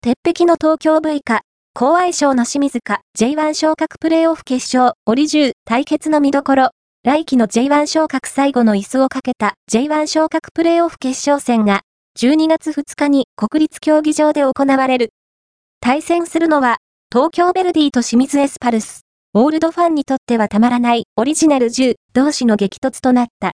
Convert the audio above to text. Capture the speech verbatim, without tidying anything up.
鉄壁の東京 V か、好相性の清水か、ジェイワン 昇格プレーオフ決勝、オリじゅう対決の見どころ。来季の ジェイワン 昇格最後の椅子をかけた ジェイワン 昇格プレーオフ決勝戦が、じゅうにがつふつかに国立競技場で行われる。対戦するのは、東京ヴェルディと清水エスパルス。オールドファンにとってはたまらないオリジナルじゅう同士の激突となった。